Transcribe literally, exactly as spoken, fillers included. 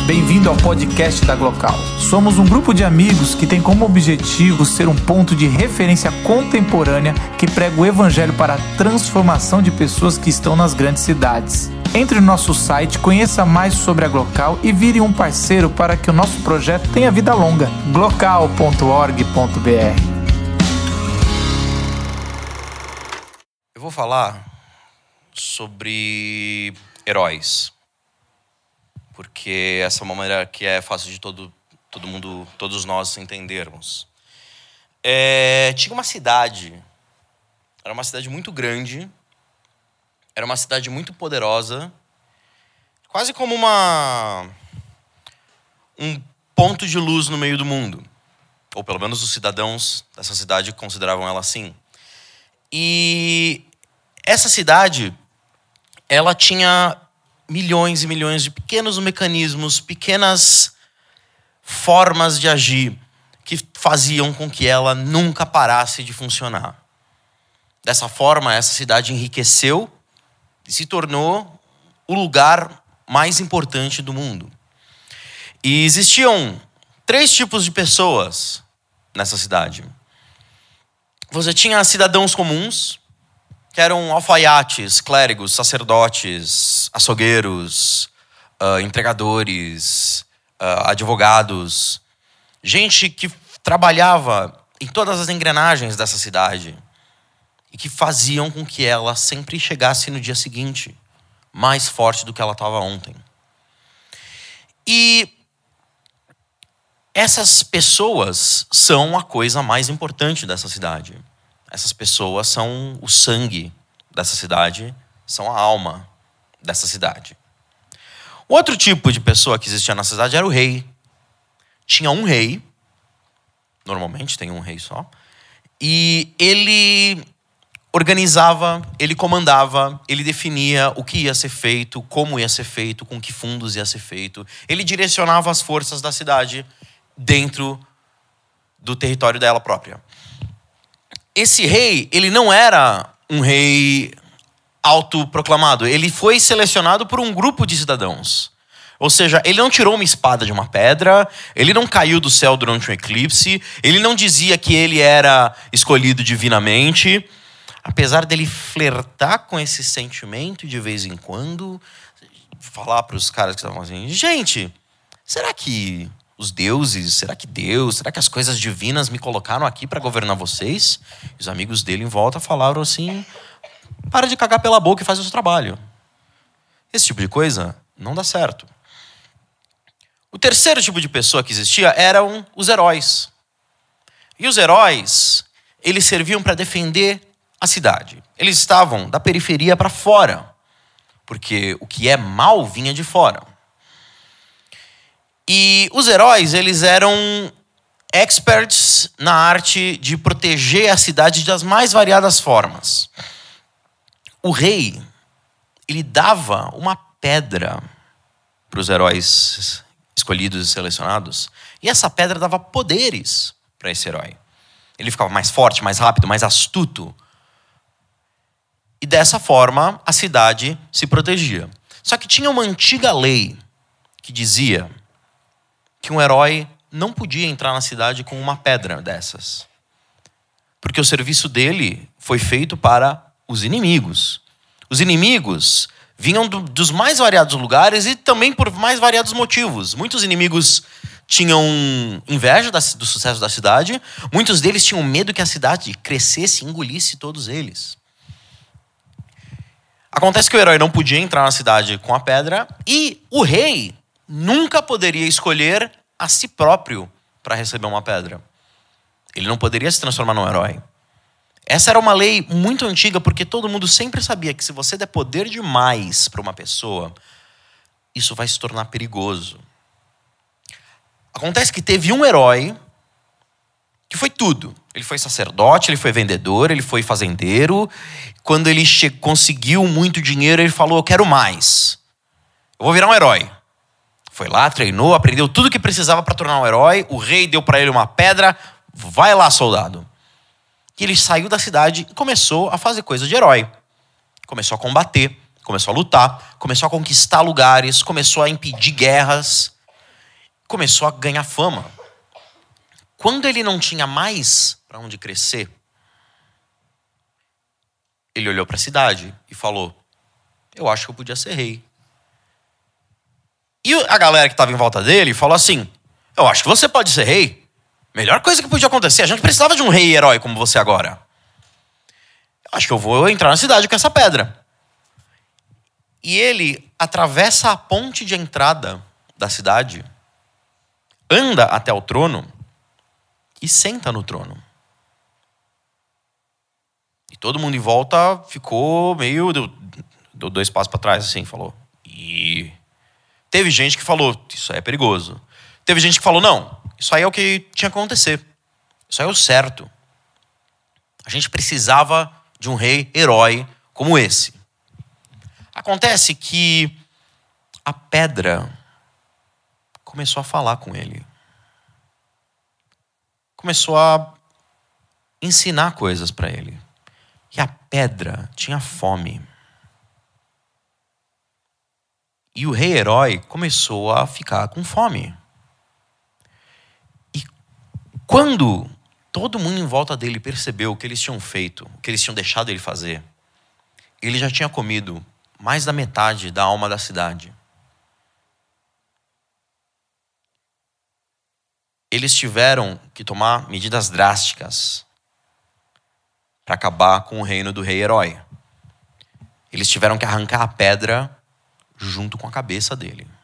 Bem-vindo ao podcast da Glocal. Somos um grupo de amigos que tem como objetivo ser um ponto de referência contemporânea que prega o evangelho para a transformação de pessoas que estão nas grandes cidades. Entre no nosso site, conheça mais sobre a Glocal e vire um parceiro para que o nosso projeto tenha vida longa. glocal ponto org ponto b r. Eu vou falar sobre heróis, porque essa é uma maneira que é fácil de todo, todo mundo, todos nós entendermos. É, tinha uma cidade, era uma cidade muito grande, era uma cidade muito poderosa, quase como uma um ponto de luz no meio do mundo, ou pelo menos os cidadãos dessa cidade consideravam ela assim. E essa cidade, ela tinha milhões e milhões de pequenos mecanismos, pequenas formas de agir que faziam com que ela nunca parasse de funcionar. Dessa forma, essa cidade enriqueceu e se tornou o lugar mais importante do mundo. E existiam três tipos de pessoas nessa cidade. Você tinha cidadãos comuns, que eram alfaiates, clérigos, sacerdotes, açougueiros, uh, entregadores, uh, advogados. Gente que trabalhava em todas as engrenagens dessa cidade e que faziam com que ela sempre chegasse no dia seguinte mais forte do que ela estava ontem. E essas pessoas são a coisa mais importante dessa cidade. Essas pessoas são o sangue dessa cidade, são a alma dessa cidade. Outro tipo de pessoa que existia na cidade era o rei. Tinha um rei, normalmente tem um rei só, e ele organizava, ele comandava, ele definia o que ia ser feito, como ia ser feito, com que fundos ia ser feito. Ele direcionava as forças da cidade dentro do território dela própria. Esse rei, ele não era um rei autoproclamado. Ele foi selecionado por um grupo de cidadãos. Ou seja, ele não tirou uma espada de uma pedra, ele não caiu do céu durante um eclipse, ele não dizia que ele era escolhido divinamente. Apesar dele flertar com esse sentimento de vez em quando, falar para os caras que estavam assim, gente, será que os deuses, será que Deus, será que as coisas divinas me colocaram aqui para governar vocês? E os amigos dele em volta falaram assim, para de cagar pela boca e faz o seu trabalho. Esse tipo de coisa não dá certo. O terceiro tipo de pessoa que existia eram os heróis. E os heróis, eles serviam para defender a cidade. Eles estavam da periferia para fora, porque o que é mal vinha de fora. E os heróis, eles eram experts na arte de proteger a cidade das mais variadas formas. O rei, ele dava uma pedra para os heróis escolhidos e selecionados, e essa pedra dava poderes para esse herói. Ele ficava mais forte, mais rápido, mais astuto. E dessa forma, a cidade se protegia. Só que tinha uma antiga lei que dizia que um herói não podia entrar na cidade com uma pedra dessas. Porque o serviço dele foi feito para os inimigos. Os inimigos vinham do, dos mais variados lugares e também por mais variados motivos. Muitos inimigos tinham inveja da, do sucesso da cidade. Muitos deles tinham medo que a cidade crescesse e engolisse todos eles. Acontece que o herói não podia entrar na cidade com a pedra e o rei nunca poderia escolher a si próprio para receber uma pedra. Ele não poderia se transformar num herói. Essa era uma lei muito antiga, porque todo mundo sempre sabia que se você der poder demais para uma pessoa, isso vai se tornar perigoso. Acontece que teve um herói que foi tudo. Ele foi sacerdote, ele foi vendedor, ele foi fazendeiro. Quando ele che- conseguiu muito dinheiro, ele falou, eu quero mais. Eu vou virar um herói. Foi lá, treinou, aprendeu tudo o que precisava para tornar um herói. O rei deu para ele uma pedra. Vai lá, soldado. E ele saiu da cidade e começou a fazer coisa de herói. Começou a combater, começou a lutar, começou a conquistar lugares, começou a impedir guerras. começou a ganhar fama. Quando ele não tinha mais para onde crescer, ele olhou para a cidade e falou: eu acho que eu podia ser rei. E a galera que estava em volta dele falou assim: eu acho que você pode ser rei. Melhor coisa que podia acontecer. A gente precisava de um rei herói como você agora. Eu acho que eu vou entrar na cidade com essa pedra. E ele atravessa a ponte de entrada da cidade, anda até o trono e senta no trono. E todo mundo em volta ficou meio... Deu, deu dois passos para trás, assim, falou. E teve gente que falou: isso aí é perigoso. Teve gente que falou: não, isso aí é o que tinha que acontecer. Isso aí é o certo. A gente precisava de um rei herói como esse. Acontece que a pedra começou a falar com ele. Começou a ensinar coisas para ele. E a pedra tinha fome. E o rei herói começou a ficar com fome. E quando todo mundo em volta dele percebeu o que eles tinham feito, o que eles tinham deixado ele fazer, ele já tinha comido mais da metade da alma da cidade. Eles tiveram que tomar medidas drásticas para acabar com o reino do rei herói. Eles tiveram que arrancar a pedra junto com a cabeça dele.